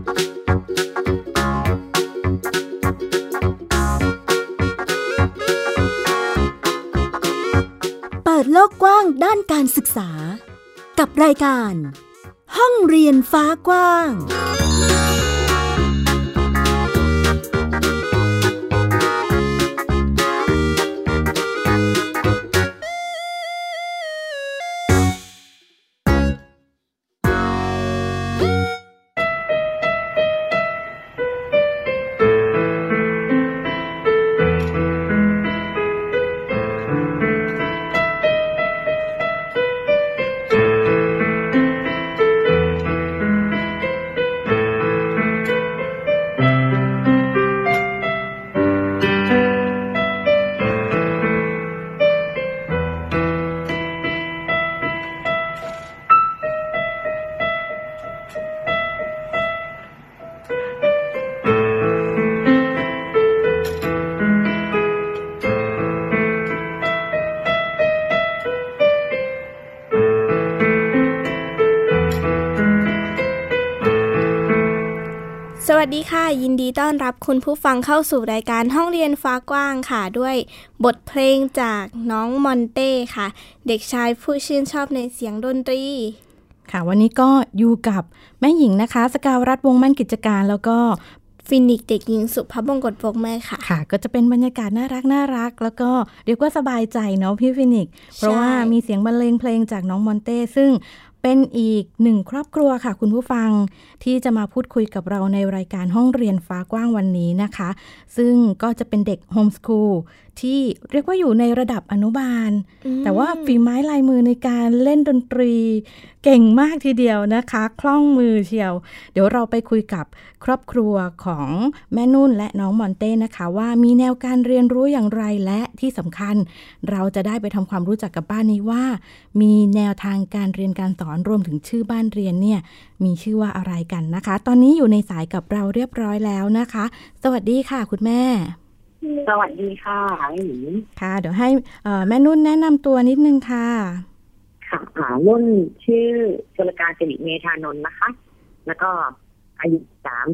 เปิดโลกกว้างด้านการศึกษากับรายการห้องเรียนฟ้ากว้างสวัสดีค่ะยินดีต้อนรับคุณผู้ฟังเข้าสู่รายการห้องเรียนฟ้ากว้างค่ะด้วยบทเพลงจากน้องมอนเต้ค่ะเด็กชายผู้ชื่นชอบในเสียงดนตรีค่ะวันนี้ก็อยู่กับแม่หญิงนะคะสกาวรัตน์วงศ์มั่นกิจการแล้วก็ฟินิกเด็กหญิงสุภาพบงกตวงแม่ค่ะค่ะก็จะเป็นบรรยากาศน่ารักแล้วก็เรียกว่าสบายใจเนาะพี่ฟินิกเพราะว่ามีเสียงบรรเลงเพลงจากน้องมอนเต้ซึ่งเป็นอีกหนึ่งครอบครัวค่ะคุณผู้ฟังที่จะมาพูดคุยกับเราในรายการห้องเรียนฟ้ากว้างวันนี้นะคะซึ่งก็จะเป็นเด็กโฮมสคูลที่เรียกว่าอยู่ในระดับอนุบาลแต่ว่าฝีไม้ลายมือในการเล่นดนตรีเก่งมากทีเดียวนะคะคล่องมือเชียวเดี๋ยวเราไปคุยกับครอบครัวของแม่นุ่นและน้องมอนเต้นะคะว่ามีแนวการเรียนรู้อย่างไรและที่สำคัญเราจะได้ไปทำความรู้จักกับบ้านนี้ว่ามีแนวทางการเรียนการสอนรวมถึงชื่อบ้านเรียนเนี่ยมีชื่อว่าอะไรกันนะคะตอนนี้อยู่ในสายกับเราเรียบร้อยแล้วนะคะสวัสดีค่ะคุณแม่สวัสดีค่ะหญิงค่ะเดี๋ยวให้แม่นุ่นแนะนำตัวนิดนึงค่ะค่ะนุ่นชื่อชลการสิริเมธานนท์นะคะแล้วก็อายุ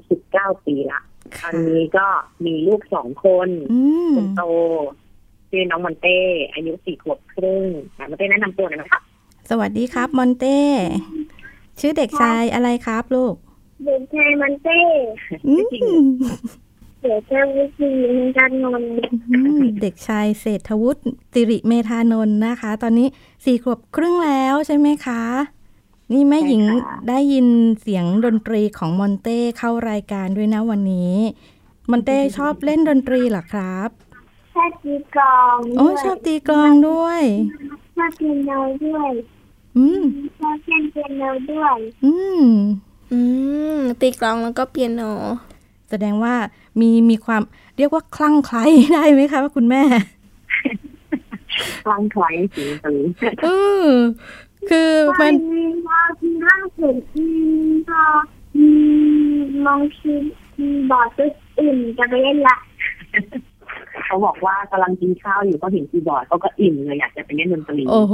39 ปีละตอนนี้ก็มีลูก2 คนคนโตชื่อน้องมอนเต้อายุ4 ขวบครึ่งมอนเต้แนะนำตัวหน่อยนะคะสวัสดีครับมอนเต้ชื่อเด็กชายอะไรครับลูกเด็กชายมอนเต้เด็กชายวุฒิเมธานนท์เด็กชายเศรษฐวุฒิสิริเมธานนท์นะคะตอนนี้4 ขวบครึ่งแล้วใช่ไหมคะนี่แม่หญิงได้ยินเสียงดนตรีของมอนเต้เข้ารายการด้วยนะวันนี้มอนเต้ชอบเล่นดนตรีเหรอครับชอบตีกลองชอบตีกลองด้วยชอบเปียโนด้วยชอบเล่นเปียโนด้วยตีกลองแล้วก็เปียโนแสดงว่ามีความเรียกว่าคลั่งไคล้ได้ไหมคะว่าคุณแม่คลั่งไคล้สิคือมันล่าสุดพอมองคีย์บอร์ดตัวอื่นจะไปเล่นละเขาบอกว่ากำลังกินข้าวอยู่ก็เห็นคีย์บอร์ดเขาก็อิ่มเลยอยากจะไปเล่นดนตรีโอ้โห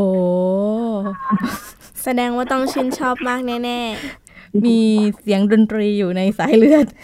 แสดงว่าต้องชื่นชอบมากแน่ๆมีเสียงดนตรีอยู่ในสายเลือด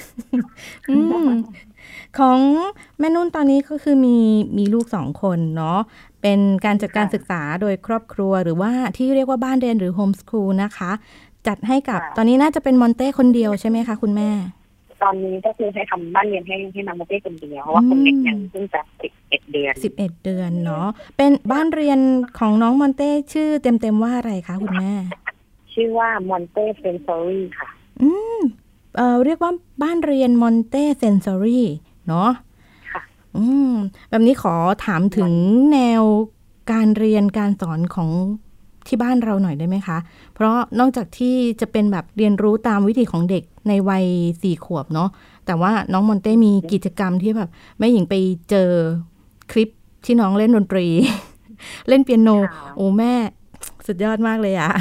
ของแม่นุ่นตอนนี้ก็คือมีลูก2 คนเนาะเป็นการจัดการศึกษาโดยครอบครัวหรือว่าที่เรียกว่าบ้านเรียนหรือโฮมสคูลนะคะจัดให้กับตอนนี้น่าจะเป็นมอนเต้คนเดียวใช่ไหมคะคุณแม่ตอนนี้ก็คือให้ทำบ้านเรียนให้น้องมอนเต้คนเดียวเพราะว่าคนเล็กยังเพิ่งจะ11 เดือน 11 เดือนเนาะเป็นบ้านเรียนของน้องมอนเต้ชื่อเต็มว่าอะไรคะคุณแม่ชื่อว่ามอนเต้เซนซอรี่ค่ะเรียกว่าบ้านเรียนมอนเต้เซนซอรี่เนาะแบบนี้ขอถามถึงแนวการเรียนการสอนของที่บ้านเราหน่อยได้ไหมคะเพราะนอกจากที่จะเป็นแบบเรียนรู้ตามวิถีของเด็กในวัย4 ขวบเนาะแต่ว่าน้องมอนเต้มีกิจกรรมที่แบบแม่หญิงไปเจอคลิปที่น้องเล่นดนตรี เล่นเปียโนโอ้แม่สุดยอดมากเลยอะ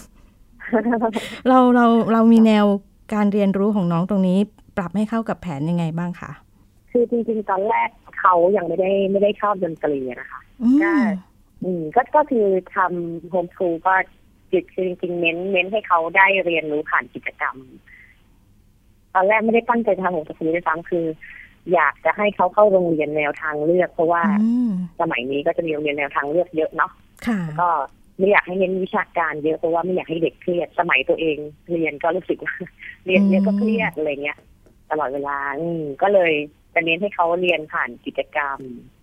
เรามีแนวการเรียนรู้ของน้องตรงนี้ปรับให้เข้ากับแผนยังไงบ้างคะคือจริงๆตอนแรกเขายังไม่ได้ชอบดนตรีนะคะก็คือทำโฮมสคูลก็คือจริงๆเน้นให้เขาได้เรียนรู้ผ่านกิจกรรมตอนแรกไม่ได้ตั้งใจทำโฮมสคูลด้วยซ้ำคืออยากจะให้เขาเข้าโรงเรียนแนวทางเลือกเพราะว่าสมัยนี้ก็จะมีโรงเรียนแนวทางเลือกเยอะเนาะก็ไม่อยากให้เน้นวิชาการเยอะเพราะว่าไม่อยากให้เด็กเครียดสมัยตัวเองเรียนก็รู้สึกว่าเรียนเยอะก็เครียดอะไรเงี้ยตลอดเวลาก็เลยจะเน้นให้เขาเรียนผ่านกิจกรรม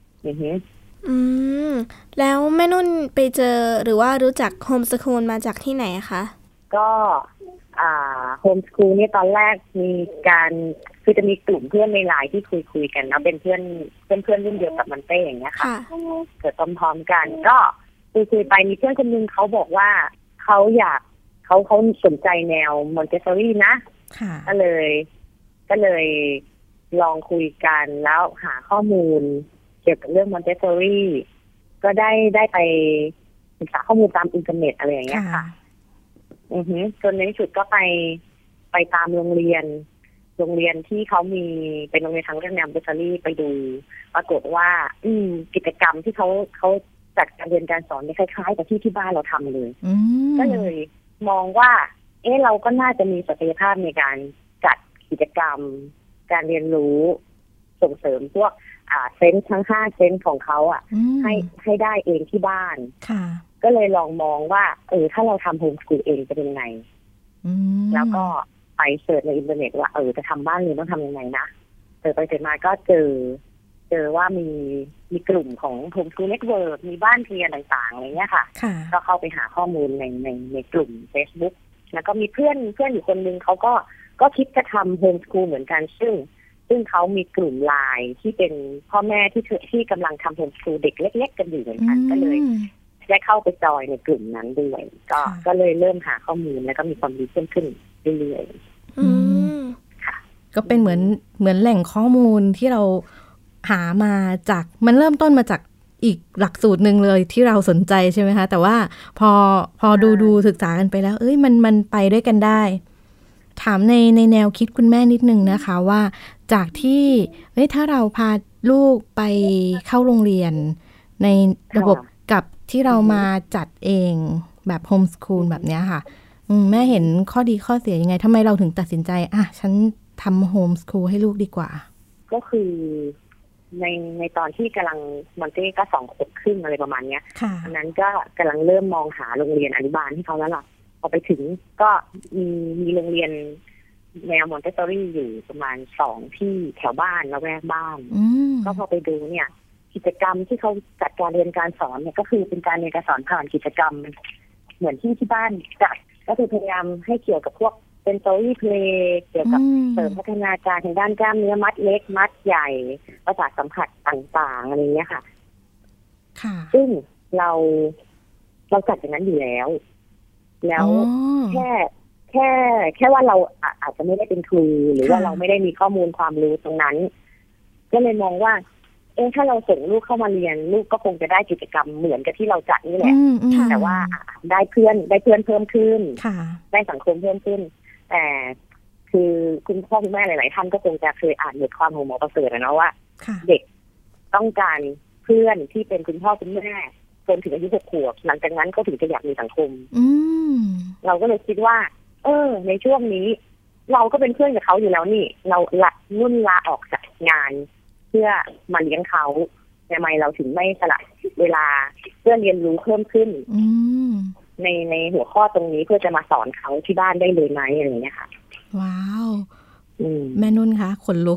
แล้วแม่นุ่นไปเจอหรือว่ารู้จักโฮมสคูลมาจากที่ไหนคะก็โฮมสคูลนี่ตอนแรกมีการคือจะมีกลุ่มเพื่อนในไลน์ที่คุยกันนะเป็นเพื่อนรุ่นเดียวกับมันเต้อย่างเงี้ยค่ะเกิดพร้อมๆกันก็คุยไปมีเพื่อนคนนึงเขาบอกว่าเขาอยากเขาสนใจแนวมอนเตสซอรี่นะก็เลยลองคุยกันแล้วหาข้อมูลเกี่ยวกับเรื่องมอนเตสซอรี่ก็ได้ไปศึกษาข้อมูลตามอินเทอร์เน็ตอะไรอย่างเงี้ยค่ะจนในที่สุดก็ไปตามโรงเรียนที่เขามีเป็นโรงเรียนทางเรื่องแนวมอนเตสซอรี่ไปดูปรากฏว่ากิจกรรมที่เขาจัดการเรียนการสอนคล้ายๆกับที่บ้านเราทำเลยก็เลยมองว่าเราก็น่าจะมีศักยภาพในการจัดกิจกรรมการเรียนรู้ส่งเสริมพวกเซนส์ทั้ง5เซนส์ของเขาให้ได้เองที่บ้านก็เลยลองมองว่าถ้าเราทำโฮมสคูลเองจะเป็นยังไงแล้วก็ไปเสิร์ชในอินเทอร์เน็ตว่าจะทำบ้านเรียนต้องทำยังไงนะเสิร์ชไปเสิร์ชมาก็เจอว่ามีกลุ่มของโฮมสคูลเน็ตเวิร์กมีบ้านเรียนต่างๆอะไรเงี้ยค่ะก็เข้าไปหาข้อมูลในกลุ่ม Facebook แล้วก็มีเพื่อนอยู่คนนึงเขาก็คิดจะทำโฮมสคูลเหมือนกันซึ่งเขามีกลุ่มไลน์ที่เป็นพ่อแม่ที่กำลังทำโฮมสคูลเด็กเล็กๆกันอยู่เหมือนกันก็เลยได้เข้าไปจอยในกลุ่มนั้นด้วยก็เลยเริ่มหาข้อมูลแล้วก็มีความรู้เพิ่มขึ้นเรื่อยๆค่ะก็เป็นเหมือนแหล่งข้อมูลที่เราหามาจากมันเริ่มต้นมาจากอีกหลักสูตรหนึ่งเลยที่เราสนใจใช่ไหมคะแต่ว่าพอดูศึกษากันไปแล้วมันไปด้วยกันได้ถามในแนวคิดคุณแม่นิดนึงนะคะว่าจากที่ถ้าเราพาลูกไปเข้าโรงเรียนในระบบกับที่เรามาจัดเองแบบโฮมสคูลแบบนี้ค่ะแม่เห็นข้อดีข้อเสียยังไงทำไมเราถึงตัดสินใจฉันทำโฮมสคูลให้ลูกดีกว่าก็คือในตอนที่กำลังมอนเต้ก็2 ขวบครึ่งอะไรประมาณเนี้ยอันนั้นก็กำลังเริ่มมองหาโรงเรียนอนุบาลให้เขาแล้วล่ะพอไปถึงก็มีโรงเรียนแนวมอนเตสซอรี่อยู่ประมาณ2ที่แถวบ้านละแวกบ้านก็พอไปดูเนี่ยกิจกรรมที่เขาจัดการเรียนการสอนเนี่ยก็คือเป็นการเรียนการสอนผ่านกิจกรรมเหมือนที่บ้านจัดก็คือพยายามให้เกี่ยวกับพวกเป็นสตอรี่เพลย์เกี่ยวกับเสริมพัฒนาการทางด้านกล้ามเนื้อมัดเล็กมัดใหญ่ประสาทสัมผัสต่างๆอะไรเงี้ยค่ะซึ่งเราจัดอย่างนั้นอยู่แล้วแค่ว่าเราอาจจะไม่ได้เป็นครูหรือว่าเราไม่ได้มีข้อมูลความรู้ตรงนั้นก็เลยมองว่าถ้าเราส่งลูกเข้ามาเรียนลูกก็คงจะได้กิจกรรมเหมือนกับที่เราจัดนี่แหละแต่ว่าได้เพื่อนเพิ่มขึ้นได้สังคมเพิ่มขึ้นแต่คือคุณพ่อคุณแม่หลายๆท่านก็คงจะเคยอ่านบทความของหมอประเสริฐนะว่าเด็กต้องการเพื่อนที่เป็นคุณพ่อคุณแม่จนถึงอายุ6 ขวบหลังจากนั้นก็ถึงจะอยากมีสังคมเราก็เลยคิดว่าในช่วงนี้เราก็เป็นเพื่อนกับเขาอยู่แล้วนี่เรานุ่นลาออกจากงานเพื่อมาเลี้ยงเขาทำไมเราถึงไม่สละเวลาเพื่อเรียนรู้เพิ่มขึ้นในหัวข้อตรงนี้เพื่อจะมาสอนเขาที่บ้านได้เลยไหมอะไรอย่างเงี้ยค่ะว้าวแม่นุ่นคะขนลุก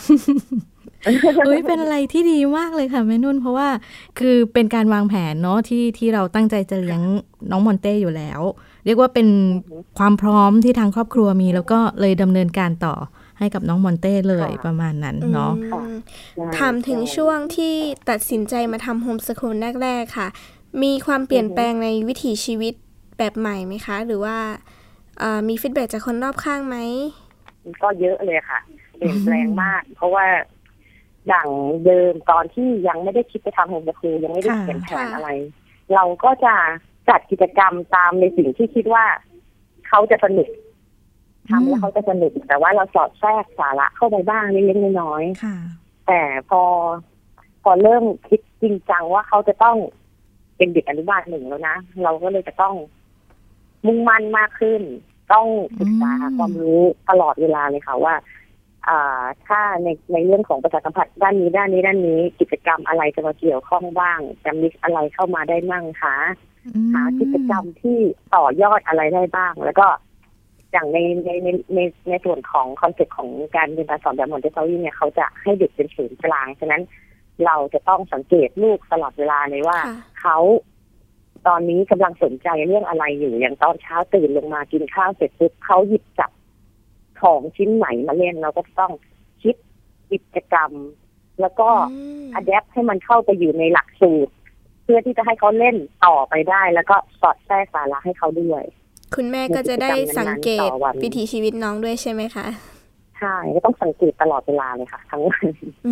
เป็นอะไรที่ดีมากเลยค่ะแม่นุ่นเพราะว่าคือเป็นการวางแผนเนาะที่เราตั้งใจจะเลี้ยงน้องมอนเต้อยู่แล้วเรียกว่าเป็นความพร้อมที่ทางครอบครัวมีแล้วก็เลยดำเนินการต่อให้กับน้องมอนเต้เลยประมาณนั้นเนาะถามถึงช่วงที่ตัดสินใจมาทำโฮมสคูลแรกๆค่ะมีความเปลี่ยนแปลงในวิถีชีวิตแบบใหม่ไหมคะหรือว่ามีฟีดแบ็กจากคนรอบข้างไหมก็เยอะเลยค่ะเปลี่ยนแปลงมากเพราะว่าอย่างเดิมตอนที่ยังไม่ได้คิดไปทำโฮมสคูลยังไม่ได้เขียนแผนอะไรเราก็จะจัดกิจกรรมตามในสิ่งที่คิดว่าเขาจะสนุกทำแล้วเขาจะสนุกแต่ว่าเราสอดแทรกสาระเข้าไปบ้างเล็กๆน้อยๆแต่พอเริ่มคิดจริงจังว่าเขาจะต้องเป็นเด็กอนุบาล 1แล้วนะเราก็เลยจะต้องมุ่งมั่นมากขึ้นต้องศึกษาความรู้ตลอดเวลาเลยค่ะว่าถ้าในเรื่องของประชาสัมพันธ์ด้านนี้กิจกรรมอะไรจะมาเกี่ยวข้องบ้างจะมีอะไรเข้ามาได้มั่งคะหากิจกรรมที่ต่อยอดอะไรได้บ้างแล้วก็อย่างในส่วนของคอนเซ็ปต์ของการเรียนการสอนแบบมอนเตสซอรี่เนี่ยเขาจะให้เด็กเป็นศูนย์กลางฉะนั้นเราจะต้องสังเกตลูกตลอดเวลาเลยว่าเขาตอนนี้กำลังสนใจเรื่องอะไรอยู่อย่างตอนเช้าตื่นลงมากินข้าวเสร็จปุ๊บเขาหยิบจับของชิ้นไหนมาเล่นเราก็ต้องคิดกิจกรรมแล้วก็อะแดปให้มันเข้าไปอยู่ในหลักสูตรเพื่อที่จะให้เขาเล่นต่อไปได้แล้วก็สอดแทรกสาระให้เขาด้วยคุณแม่ก็จะได้สังเกตวิถีชีวิตน้องด้วยใช่ไหมคะใช่ก็ต้องสังเกตตลอดเวลาเลยค่ะทั้งวัน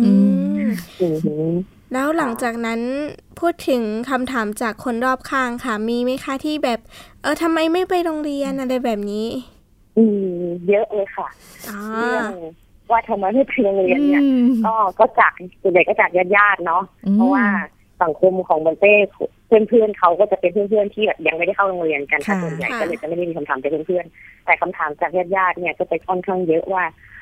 แล้วหลังจากนั้นพูดถึงคำถามจากคนรอบข้างค่ะมีไหมคะที่แบบทำไมไม่ไปโรงเรียนอะไรแบบนี้เยอะเลยค่ะว่าทำไมไม่ไปโรงเรียนเนี่ยก็จากเด็กก็จากญาติๆเนาะเพราะว่าสังคมของมอนเต้เพื่อนๆเขาก็จะเป็นเพื่อนๆที่แบบยังไม่ได้เข้าโรงเรียนกันส่วนใหญ่ก็เลยจะไม่ได้มีคำถามจากเพื่อนๆแต่คำถามจากญาติๆเนี่ยก็จะค่อนข้างเยอะว่า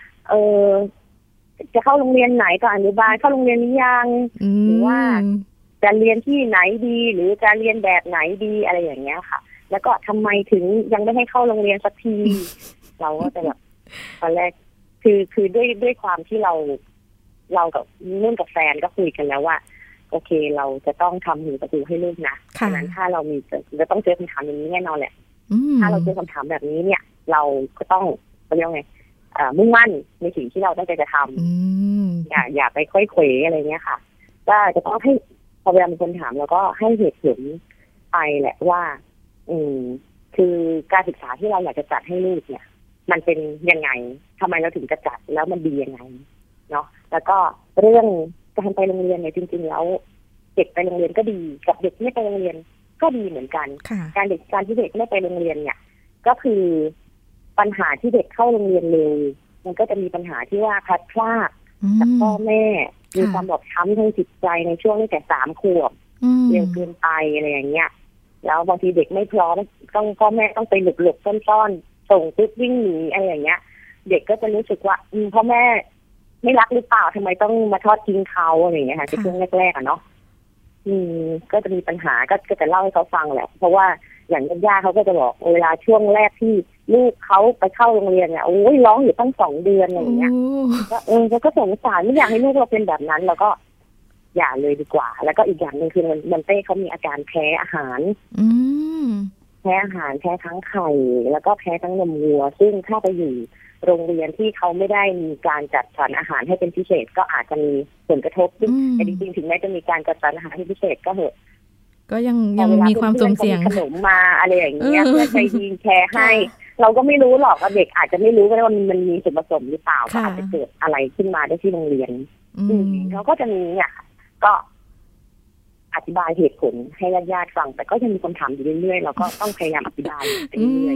จะเข้าโรงเรียนไหนก็อนุบาลเข้าโรงเรียนหรือยังหรือว่าจะเรียนที่ไหนดีหรือจะเรียนแบบไหนดีอะไรอย่างเงี้ยค่ะแล้วก็ทำไมถึงยังไม่ให้เข้าโรงเรียนสักที เราก็จะแบบตอนแรกคือด้วยความที่เรากับนุ่นกับแฟนก็คุยกันแล้วว่าโอเคเราจะต้องทำหูประตูให้ลูกนะฉะนั้นถ้าเราจะต้องเจอคำถามอย่างนี้แน่นอนแหละถ้าเราเจอคำถามแบบนี้เนี่ยเราก็ต้องเรียกไงมุ่งมั่นในสิ่งที่เราตั้งใจจะทำอย่าไปค่อยเขวอะไรเงี้ยค่ะก็จะต้องให้พอเวลามีคนถามเราก็ให้เหตุผลไปแหละว่าคือการศึกษาที่เราอยากจะจัดให้ลูกเนี่ยมันเป็นยังไงทำไมเราถึงจะจัดแล้วมันดียังไงเนาะแล้วก็เรื่องการไปโรงเรียนเนี่ยจริงๆแล้วเด็กไปโรงเรียนก็ดีกับเด็กไม่ไปโรงเรียนก็ดีเหมือนกันการที่เด็กไม่ไปโรงเรียนเนี่ยก็คือปัญหาที่เด็กเข้าโรงเรียนเร็วมันก็จะมีปัญหาที่ว่าพลัดพรากจากพ่อแม่มีความบอบช้ำทางจิตใจในช่วงตั้งแต่3 ขวบเร็วเกินไปอะไรอย่างเงี้ยแล้วบางทีเด็กไม่พร้อมต้องพ่อแม่ต้องไปหลบซ่อนๆส่งปุ๊บวิ่งหนีอะไรอย่างเงี้ยเด็กก็จะรู้สึกว่าพ่อแม่ไม่รักหรือเปล่าทำไมต้องมาทอดทิ้งเขาอะไรอย่างเงี้ยค่ะในช่วงแรกๆอะเนาะก็จะมีปัญหาก็จะเล่าให้เขาฟังแหละเพราะว่าอย่างญาติเขาก็จะบอกเวลาช่วงแรกที่ลูกเขาไปเข้าโรงเรียนเนี่ยโอ้ยร้องอยู่ตั้ง2 เดือนอะไรอย่างเงี้ยก็สงสารไม่อยากให้ลูกเราเป็นแบบนั้นแล้วก็อย่าเลยดีกว่าแล้วก็อีกอย่างนึงคือมันเต้เขามีอาการแพ้อาหารแพ้อาหารแพ้ทั้งไข่แล้วก็แพ้ทั้งนมวัวซึ่งถ้าไปอยู่โรงเรียนที่เขาไม่ได้มีการจัดสรรอาหารให้เป็นพิเศษก็อาจจะมีผลกระทบแต่จริงๆถึงแม้จะมีการจัดสรรอาหารให้พิเศษก็เหอะก็ยังมีความสุ่มเสี่ยงขนมมาอะไรอย่างเงี้ยเพื่อใจดีแชร์ให้เราก็ไม่รู้หรอกว่าเด็กอาจจะไม่รู้ว่ามันมีส่วนผสมหรือเปล่าก็อาจจะเกิดอะไรขึ้นมาได้ที่โรงเรียนเขาก็จะมีเนี่ยก็อธิบายเหตุผลให้ญาติๆฟังแต่ก็ยังมีคนถามอยู่เรื่อยๆเราก็ต้องพยายามอธิบายไปเรื่อย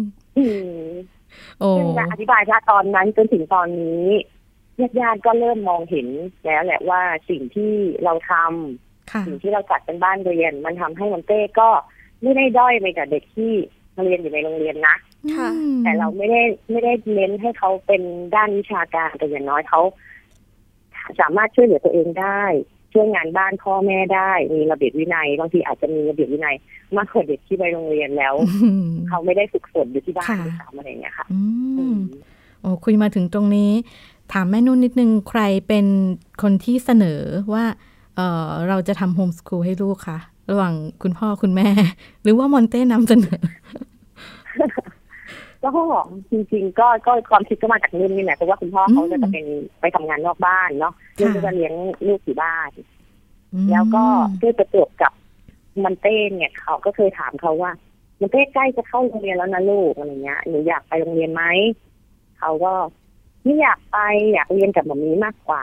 ๆซึ่งอธิบายว่าตอนนั้นจนถึงตอนนี้ญาติๆก็เริ่มมองเห็นแล้วแหละว่าสิ่งที่เราทำสิ่งที่เราจัดเป็นบ้านเรียนมันทำให้มอนเต้ก็ไม่ได้ด้อยไปกับเด็กที่เรียนอยู่ในโรงเรียนนะแต่เราไม่ได้เน้นให้เขาเป็นด้านวิชาการแต่อย่างน้อยเขาสามารถช่วยเหลือตัวเองได้ช่วยงานบ้านพ่อแม่ได้มีระเบียบวินัยบางทีอาจจะมีระเบียบวินัยมากกว่าเด็กที่ไปโรงเรียนแล้วเขาไม่ได้ฝึกฝนอยู่ที่บ้านหรืออะไรอย่างเงี้ยค่ะโอ้คุยมาถึงตรงนี้ถามแม่นุ่นนิดนึงใครเป็นคนที่เสนอว่าเราจะทำโฮมสคูลให้ลูกค่ะระหว่างคุณพ่อคุณแม่หรือว่ามอนเต้นำเสนอก็จริงๆก็ความคิดก็มาจากนุ่นนี่แหละเพราะว่าคุณพ่อเขาจะเป็นไปทำงานนอกบ้านเนาะนุ่นก็จะเลี้ยงลูกอยู่บ้านแล้วก็ด้วยประจวบกับมอนเต้เนี่ยเขาก็เคยถามเขาว่ามอนเต้ใกล้จะเข้าโรงเรียนแล้วนะลูกอะไรเงี้ยหนูอยากไปโรงเรียนไหมเขาก็ไม่อยากไปอยากเรียนกับหมอมีมากกว่า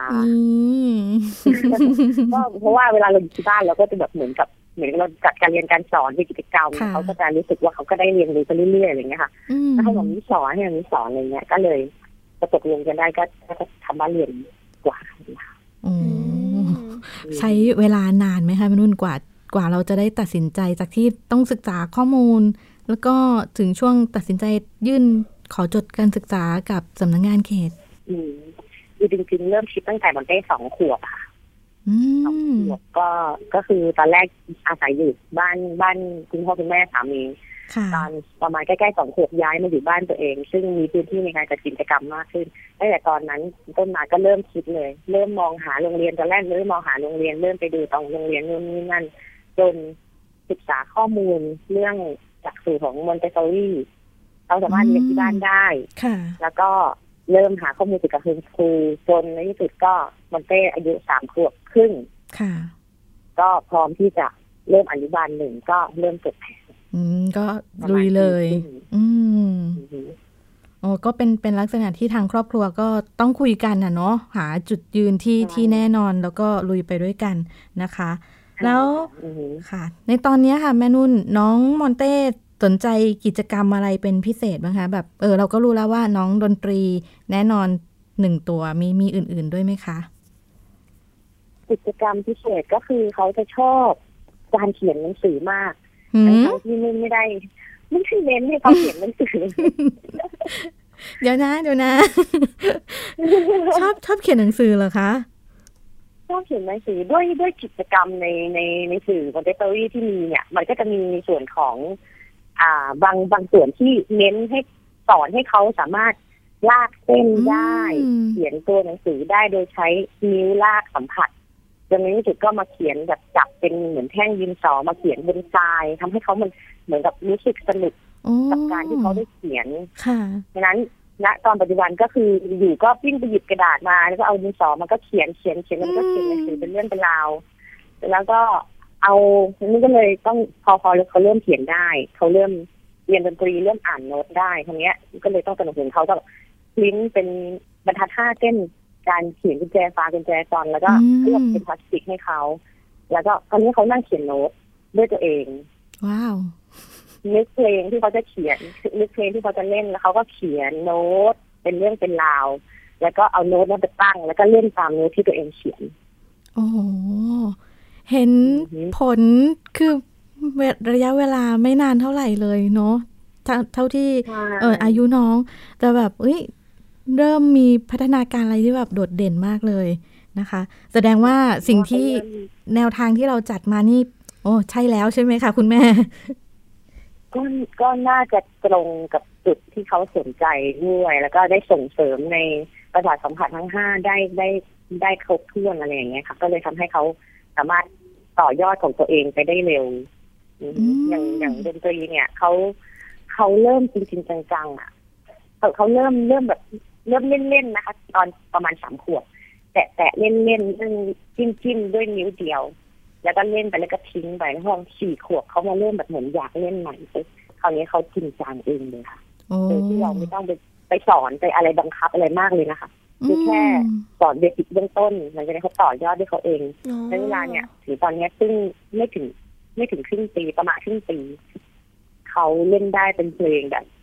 ก็เพราะว่าเวลาเราอยู่ที่บ้านเราก็จะแบบเหมือนเราจัดการเรียนการสอนเป็นกิจกรรมเขาก็จะรู้สึกว่าเขาก็ได้เรียนรู้ไปเรื่อยๆอะไรเงี้ยค่ะแล้วให้หมอมีสอนให้หมอมีสอนอะไรเงี้ยก็เลยตกลงกันได้ก็ทำบ้านเรียนกว่าค่ะใช้เวลานานไหมคะแม่นุ่นกว่าเราจะได้ตัดสินใจจากที่ต้องศึกษาข้อมูลแล้วก็ถึงช่วงตัดสินใจยื่นขอจดการศึกษากับสำนักงานเขตคือจริงๆเริ่มคิดตั้งแต่มอนเต้2 ขวบค่ะ2 ขวบก็คือตอนแรกอาศัยอยู่บ้านคุณพ่อคุณแม่สามีตอนประมาณใกล้ๆ2 ขวบย้ายมาอยู่บ้านตัวเองซึ่งมีพื้นที่ในการจัดกิจกรรมมากขึ้นตั้งแต่ตอนนั้นต้นมาก็เริ่มคิดเลยเริ่มมองหาโรงเรียนตอนแรกเริ่มมองหาโรงเรียนเริ่มไปดูตรงโรงเรียนนู่นนี่นั่นจนศึกษาข้อมูลเรื่องหลักสูตรของมอนเตสซอรี่เราสามารถเรียนที่บ้านได้แล้วก็เริ่มหาข้อมูลเกี่ยวกับโฮมสคูลจนในที่สุดก็มอนเต้อายุ3 ขวบครึ่งก็พร้อมที่จะเริ่มอนุบาล1ก็เริ่มจดแผนก็ลุยเลยก็เป็นลักษณะที่ทางครอบครัวก็ต้องคุยกันนะเนาะหาจุดยืนที่แน่นอนแล้วก็ลุยไปด้วยกันนะคะแล้วค่ะในตอนนี้ค่ะแม่นุ่นน้องมอนเต้สนใจกิจกรรมอะไรเป็นพิเศษบ้างคะแบบเราก็รู้แล้วว่าน้องดนตรีแน่นอน1 ตัวมีอื่นๆด้วยไหมคะกิจกรรมพิเศษก็คือเขาจะชอบการเขียนหนังสือมากทั้งที่ไม่ได้เน้นให้เขาเขียนหนังสือเดี๋ยวนะชอบเขียนหนังสือเหรอคะชอบเขียนหนังสือด้วยกิจกรรมในสื่อมอนเตสซอรี่ที่มีเนี่ยมันก็จะมีส่วนของบางส่วนที่เน้นให้สอนให้เขาสามารถลากเส้นได้เขียนตัวหนังสือได้โดยใช้นิ้วลากสัมผัสจนในที่สุดก็มาเขียนแบบจับเป็นเหมือนแท่งดินสอมาเขียนบนทรายทำให้เขามันเหมือนกับรู้สึกสนุกกับการที่เขาได้เขียนดังนั้นณตอนปัจจุบันก็คืออยู่ก็วิ่งไปหยิบกระดาษมาแล้วก็เอาดินสอมันก็เขียนแล้วก็เขียนหนังสือเป็นเรื่องเป็นราวแล้วก็เอานี่ก็เลยต้องพอเขาเริ่มเขียนได้เขาเริ่มเรียนดนตรีเริ่มอ่านโน้ตได้ทีนี้ก็เลยต้องสนับสนุนเขาก็ลิ้นเป็นบรรทัด5 เส้นการเขียนกุญแจฟ้ากุญแจซอนแล้วก็เคลือบเป็นพลาสติกให้เขาแล้วก็ตอนนี้เขานั่งเขียนโน้ตด้วยตัวเองว้าวนึกเพลงที่เขาจะเขียนนึกเพลงที่เขาจะเล่นแล้วเขาก็เขียนโน้ตเป็นเรื่องเป็นราวแล้วก็เอาโน้ตนั้นไปตั้งแล้วก็เล่นตามโน้ตที่ตัวเองเขียนโอ้เห็นผลคือระยะเวลาไม่นานเท่าไหร่เลยเนาะเท่าที่อายุน้องแต่แบบเริ่มมีพัฒนาการอะไรที่แบบโดดเด่นมากเลยนะคะแสดงว่าสิ่งที่แนวทางที่เราจัดมานี่ใช่แล้วใช่ไหมคะคุณแม่ก็น่าจะตรงกับจุดที่เขาสนใจด้วยแล้วก็ได้ส่งเสริมในประสาทสัมผัสทั้ง5ได้ครบถ้วนอะไรอย่างเงี้ยค่ะก็เลยทำให้เขาสามารถต่อยอดของตัวเองไปได้เร็วอย่างดนตรีเนี่ยเขาเริ่มจริงๆจังๆอ่ะเขาเริ่มแบบเริ่มเล่นๆนะคะตอนประมาณ3 ขวบแตะเล่นเรื่องจิ้มด้วยนิ้วเดียวแล้วก็เล่นไปแล้วก็ทิ้งไปในห้อง4 ขวบเขามาเริ่มแบบเหมือนอยากเล่นใหม่คราวนี้เขาจริงจังเองเลยค่ะโดยที่เราไม่ต้องไปสอนไปอะไรบังคับอะไรมากเลยนะคะคือแค่สอนเบสิกเบื้องต้นหลังจากนั้นเขาต่อยอดด้วยเขาเองในเวลาเนี่ยถึงตอนนี้ซึ่งไม่ถึงครึ่งปีประมาณครึ่งปีเขาเล่นได้เป็นเพลงแบบ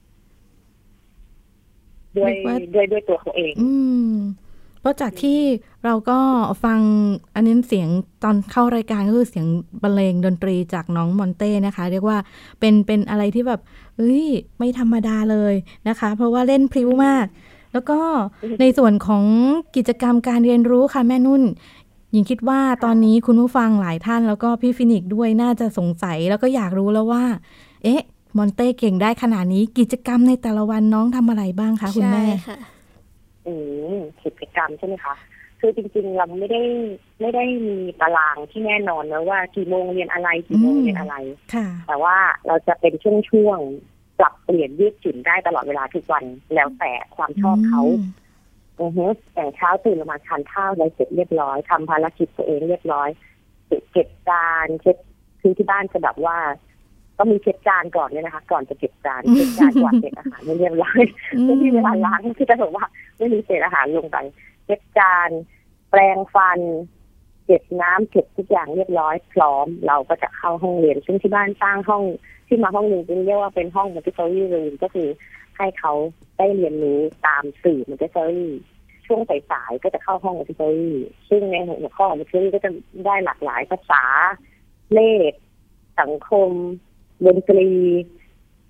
ด้วยตัวเขาเองเพราะจากที่เราก็ฟังอันนี้เสียงตอนเข้ารายการก็คือเสียงบรรเลงดนตรีจากน้องมอนเต้นะคะเรียกว่าเป็นอะไรที่แบบไม่ธรรมดาเลยนะคะเพราะว่าเล่นพริ้วมากแล้วก็ในส่วนของกิจกรรมการเรียนรู้ค่ะแม่นุ่นหญิงคิดว่าตอนนี้คุณผู้ฟังหลายท่านแล้วก็พี่ฟินิกด้วยน่าจะสงสัยแล้วก็อยากรู้แล้วว่ามอนเต้เก่งได้ขนาดนี้กิจกรรมในแต่ละวันน้องทำอะไรบ้างคะคุณแม่ค่ะกิจกรรมใช่ไหมคะคือจริงๆเราไม่ได้มีตารางที่แน่นอนนะว่ากี่โมงเรียนอะไรกี่โมงเรียนอะไรแต่ว่าเราจะเป็นช่วงๆปรับเปลี่ยนยืดหยุ่นได้ตลอดเวลาทุกวันแล้วแต่ความชอบเขาแต่เช้าตื่นมาทานข้าวอะไรเสร็จเรียบร้อยทำภารกิจตัวเองเรียบร้อยเก็บจานเช็ดคือที่บ้านจะแบบว่าก็มีเช็ดจานก่อนเลยนะคะก่อนจะเก็บจานเช็ดจานกวาดเศษอาหารไม่เรียบร้อยไม่มีเวลาล้างคือจะบอกว่าไม่มีเศษอาหารลงไปเช็ดจานแปรงฟันเก็บน้ำเก็บทุกอย่างเรียบร้อยพร้อมเราก็จะเข้าห้องเรียนซึ่งที่บ้านสร้างห้องที่มาห้องนึงเรียกว่าเป็นห้องมัลติฟังก์ชันก็คือให้เขาได้เรียนรู้ตามสื่อมัลติฟังก์ชันช่วงสายๆก็จะเข้าห้องมัลติฟังก์ชันซึ่งในหัวข้อมัลติฟังก์ชันก็จะได้หลากหลายภาษาเลขสังคมดนตรี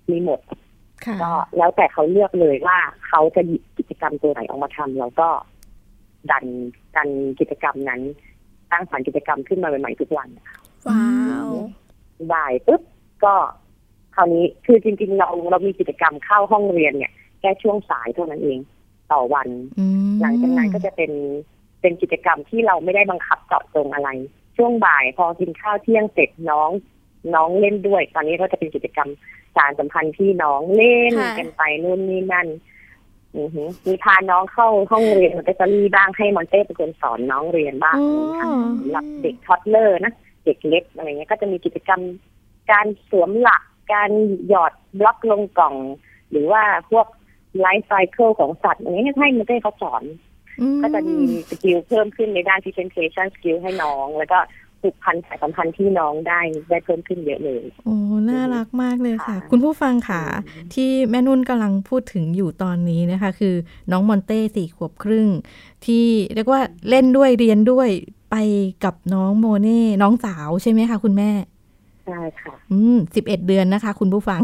มีหมดค่ะก็แล้วแต่เขาเลือกเลยว่าเขาจะหยิบกิจกรรมตัวไหนออกมาทำแล้วก็ดันกิจกรรมนั้นสร้างสรรค์กิจกรรมขึ้นมาใหม่ๆทุกวันนะคะว้าวบ่ายปุ๊บก็คราวนี้คือจริงๆเรามีกิจกรรมเข้าห้องเรียนเนี่ยแค่ช่วงสายเท่านั้นเองต่อวันหลังจากนั้นก็จะเป็นกิจกรรมที่เราไม่ได้บังคับเจาะจงอะไรช่วงบ่ายพอกินข้าวเที่ยงเสร็จน้องเล่นด้วยตอนนี้ก็จะเป็นกิจกรรมสารสัมพันธ์พี่น้องเล่นกันไปนู่นนี่นั่นมีพาน้องเข้าห้องเรียนมอนเตสซอรี่บ้างให้มอนเต้เป็นคนสอนน้องเรียนบ้างค่ะสำหรับเด็กท็อดเลอร์นะเด็กเล็กอะไรเงี้ยก็จะมีกิจกรรมการสวมหลักการหยอดบล็อกลงกล่องหรือว่าพวกไลฟ์ไซเคิลของสัตว์อะไรเงี้ยให้มอนเต้เขาสอนก็จะมีสกิลเพิ่มขึ้นในด้าน presentation skill ให้น้องแล้วก็ผูกพันสายสัมพันธ์ที่น้องได้เพิ่มขึ้นเยอะเลยโอ้น่ารักมากเลยค่ะคุณผู้ฟังค่ะที่แม่นุ่นกำลังพูดถึงอยู่ตอนนี้นะคะคือน้องมอนเต้4 ขวบครึ่งที่เรียกว่าเล่นด้วยเรียนด้วยไปกับน้องโมเน่น้องสาวใช่ไหมคะคุณแม่ใช่ค่ะ 11 เดือนนะคะคุณผู้ฟัง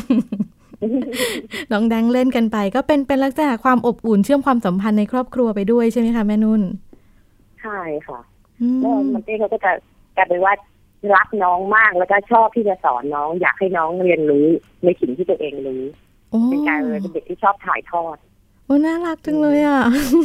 น้องแดงเล่นกันไปก็เป็นลักษณะความอบอุ่นเชื่อมความสัมพันธ์ในครอบครัวไปด้วยใช่ไหมคะแม่นุ่นใช่ค่ะแล้วมันเต้เขาก็จะกลายเป็นว่ารักน้องมากแล้วก็ชอบที่จะสอนน้องอยากให้น้องเรียนรู้ในสิ่งที่ตัวเองรู้เป็นการเลยเป็นเด็กที่ชอบถ่ายทอดโอ้น่ารักจังเลยอ่ะ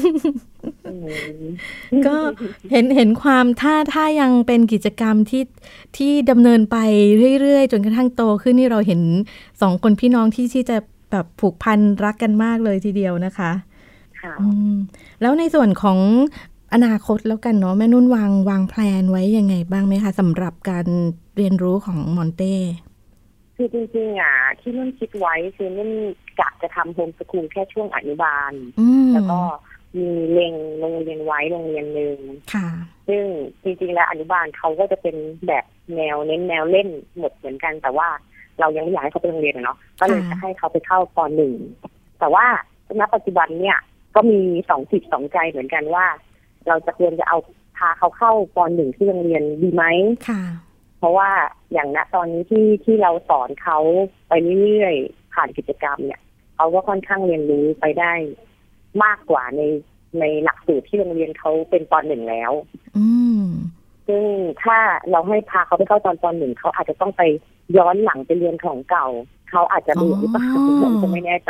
ก็เห็นความถ้ายังเป็นกิจกรรมที่ดำเนินไปเรื่อยๆจนกระทั่งโตขึ้นนี่เราเห็น2 คนพี่น้องที่จะแบบผูกพันรักกันมากเลยทีเดียวนะคะค่ะแล้วในส่วนของอนาคตแล้วกันเนาะแม่นุ่นวางแพลนไว้ยังไงบ้างไหมคะสำหรับการเรียนรู้ของมอนเต้คือจริงๆที่นุ่นคิดไว้คือนุ่นกะจะทำโฮมสคูลแค่ช่วงอนุบาลแล้วก็มีเล็งโรงเรียนไว้โรงเรียนหนึ่งซึ่งจริงๆแล้วอนุบาลเขาก็จะเป็นแบบแนวเน้นแนวเล่นหมดเหมือนกันแต่ว่าเรายังไม่อยากให้เขาไปโรงเรียนเนาะก็เลยจะให้เขาไปเข้าป.1แต่ว่าณปัจจุบันเนี่ยก็มี2 จิต 2 ใจเหมือนกันว่าเราจะควรจะเอาพาเขาเข้าป.1ที่โรงเรียนดีไหมเพราะว่าอย่างณตอนนี้ที่เราสอนเขาไปเรื่อยๆผ่านกิจกรรมเนี่ยเขาก็ค่อนข้างเรียนรู้ไปได้มากกว่าในหลักสูตรที่โรงเรียนเขาเป็นป.1แล้วซึ่งถ้าเราให้พาเขาไปเข้าตอนป.1เขาอาจจะต้องไปย้อนหลังไปเรียนของเก่าเขาอาจจะรู้หรือเปล่าผมจะไม่แน่ใจ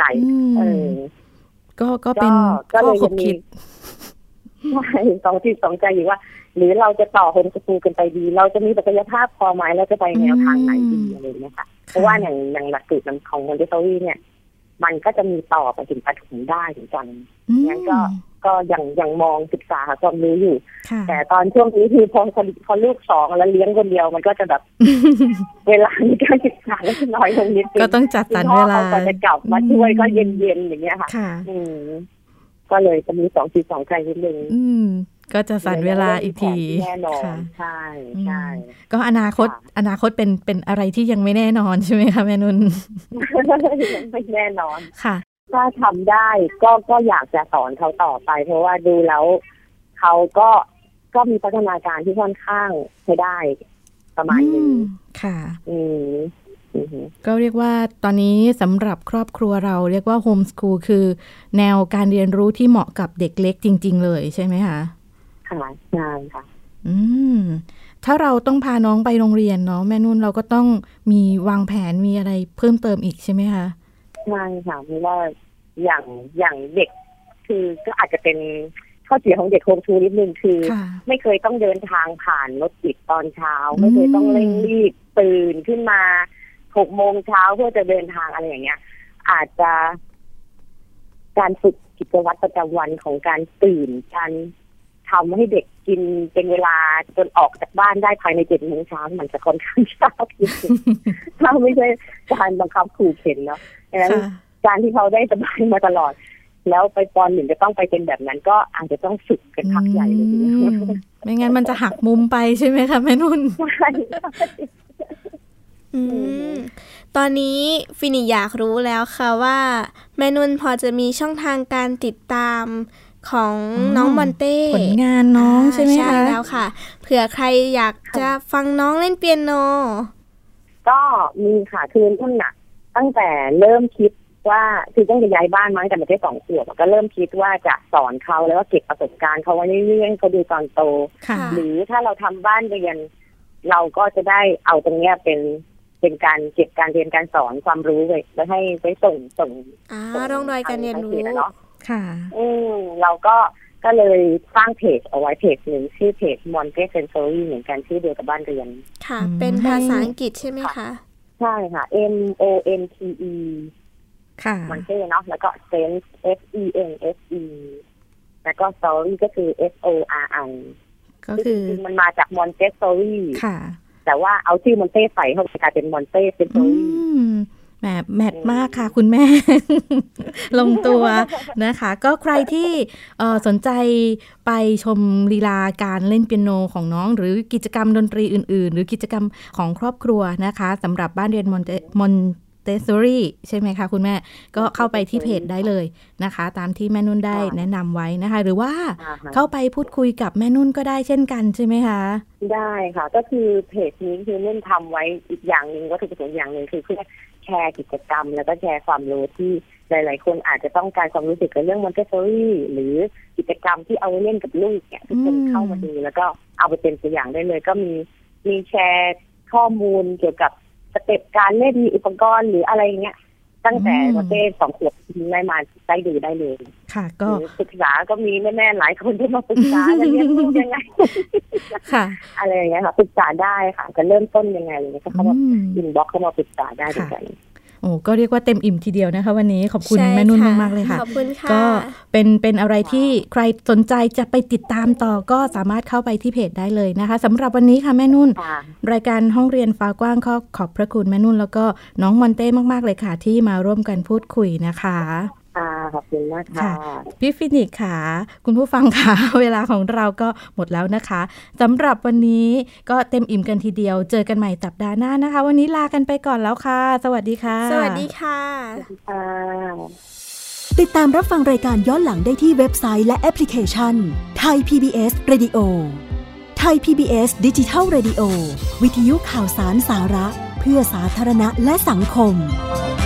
ก็เป็นข้อขบคิดใช่2 จิต 2 ใจอยู่ว่าหรือเราจะต่อโฮมสคูลกันไปดีเราจะมีศักยภาพพอไหมเราจะไปแนวทางไหนดีอะไรอย่างเงี้ยค่ะเพราะว่าอย่างหลักสูตรของมอนเตสซอรี่เนี่ยมันก็จะมีต่อไปถึงประถมได้เหมือนกันงั้นก็ยังมองศึกษาความรู้อยู่แต่ตอนช่วงนี้คือพอลูก2แล้วเลี้ยงคนเดียวมันก็จะแบบเวลาในการศึกษาก็น้อยลงนิดนึงก็ต้องจัดสรรเวลาพอจะกลับมาช่วยก็เย็นๆอย่างเงี้ยค่ะก็เลยจะมี2 จิต 2 ใจนิดนึงก็จะสรรเวลาอีกทีแน่นอนใช่ก็อนาคตเป็นอะไรที่ยังไม่แน่นอนใช่ไหมคะแม่นุ่นยังไม่แน่นอนค่ะถ้าทำได้ก็อยากจะสอนเขาต่อไปเพราะว่าดูแล้วเขาก็มีพัฒนาการที่ค่อนข้างใช้ได้ประมาณนึงค่ะก็เรียกว่าตอนนี้สำหรับครอบครัวเราเรียกว่าโฮมสคูลคือแนวการเรียนรู้ที่เหมาะกับเด็กเล็กจริงๆเลยใช่ไหมคะค่ะใช่ค่ะถ้าเราต้องพาน้องไปโรงเรียนเนาะแม่นุ่นเราก็ต้องมีวางแผนมีอะไรเพิ่มเติมอีกใช่ไหมคะใช่ค่ะเพราะว่าอย่างเด็กคือก็อาจจะเป็นข้อเสียของเด็กโฮมสคูลนิดนึงคือไม่เคยต้องเดินทางผ่านรถติดตอนเช้าไม่เคยต้องเร่งรีบตื่นขึ้นมา6 โมงเช้าเพื่อจะเดินทางอะไรอย่างเงี้ยอาจจะการฝึกกิจวัตรประจำวันของการตื่นการทำให้เด็กกินเป็นเวลาจนออกจากบ้านได้ภายใน7 โมงเช้ามันจะค่อนข้างช้าถ้าไม่ใช่การบังคับขู่เข็นเนาะดังนั้นการที่เขาได้สบายมาตลอดแล้วไปป.1จะต้องไปเป็นแบบนั้นก็อาจจะต้องฝึกกันพักใหญ่เลยไม่งั้นมันจะหักมุมไปใช่ไหมคะแม่นุ่นใช่ตอนนี้ฟินิอยากรู้แล้วค่ะว่าแม่นุ่นพอจะมีช่องทางการติดตามของน้องมอนเต้ผลงานน้องใช่ไหมคะใช่แล้วค่ะเผื่อใครอยากจะฟังน้องเล่นเปียโนก็มีค่ะคือนุ่นน่ะตั้งแต่เริ่มคิดว่าคือต้องจะย้ายบ้านมาตั้งแต่ไม่ได้2 ขวบก็เริ่มคิดว่าจะสอนเขาแล้วก็เก็บประสบการณ์เขาไว้เรื่อยๆเขาดูตอนโตหรือถ้าเราทำบ้านเรียนเราก็จะได้เอาตรงนี้เป็นการเก็บการเรียนการสอนความรู้ไว้ให้ไปส่งร่องรอยการเรียนรู้เนาะค่ะเราก็เลยสร้างเพจเอาไว้เพจหนึ่งชื่อเพจ Montessori เหมือนกันชื่อเดียวกับบ้านเรียนค่ะเป็นภาษาอังกฤษใช่ไหมคะใช่ค่ะ MONTE ค่ะ Monte เนาะแล้วก็ Sense SENSE แล้วก็ Story ก็คือ SORI ก็คือมันมาจาก Montessori ค่ะแต่ว่าเอาชื่อ Monte ใส่เข้าไปกลายเป็น Montessori แมทมากค่ะคุณแม่ ลงตัวนะคะก็ใครที่สนใจไปชมลีลาการเล่นเปียโนของน้องหรือกิจกรรมดนตรีอื่นๆหรือกิจกรรมของครอบครัวนะคะสำหรับบ้านเรียนMontessori ใช่ไหมคะคุณแม่ก็เข้าไปที่เพจได้เลยนะคะตามที่แม่นุ่นได้แนะนำไว้นะคะหรือว่าเข้าไปพูดคุยกับแม่นุ่นก็ได้เช่นกันใช่ไหมคะได้ค่ะก็คือเพจนี้คือนุ่นทำไว้อีกอย่างนึงก็คือเป็นอย่างนึงคือเพื่อแชร์กิจกรรมแล้วก็แชร์ความรู้ที่หลายๆคนอาจจะต้องการความรู้สึกกับเรื่อง Montessori หรือกิจกรรมที่เอาไว้เล่นกับลูกเนี่ยทุกคนเข้ามาดูแล้วก็เอาไปเป็นตัวอย่างได้เลยก็มีแชร์ข้อมูลเกี่ยวกับสเต็ปการเล่นมีอุปกรณ์หรืออะไรเงี้ยตั้งแต่ประเทศ2 ขวบได้มาได้ดูได้เลยค่ะก็ศึกษาก็มีแม่ๆหลายคนที่มาศึกษาจะเรียนรู้ยังไงค่ะอะไรอย่างเงี้ยค่ะศึกษาได้ค่ะจะเริ่มต้นยังไงอะไรเงี้ยก็เข้ามาอินบ็อกซ์เข้ามาศึกษาได้ด้วยกันโอ้ก็เรียกว่าเต็มอิ่มทีเดียวนะคะวันนี้ขอบคุณแม่นุ่นมากๆเลยค่ะขอบคุณค่ะก็เป็นอะไรที่ใครสนใจจะไปติดตามต่อก็สามารถเข้าไปที่เพจได้เลยนะคะสำหรับวันนี้ค่ะแม่นุ่นรายการห้องเรียนฟ้ากว้างขอบพระคุณแม่นุ่นแล้วก็น้องมอนเต้มากๆเลยค่ะที่มาร่วมกันพูดคุยนะคะขอบคุณมากค่ะพี่ฟินิกค่ะคุณผู้ฟังค่ะเวลาของเราก็หมดแล้วนะคะสำหรับวันนี้ก็เต็มอิ่มกันทีเดียวเจอกันใหม่สัปดาห์หน้านะคะวันนี้ลากันไปก่อนแล้วค่ะสวัสดีค่ะสวัสดีค่ะติดตามรับฟังรายการย้อนหลังได้ที่เว็บไซต์และแอปพลิเคชัน Thai PBS Radio Thai PBS Digital Radio วิทยุข่าวสารสาระเพื่อสาธารณะและสังคม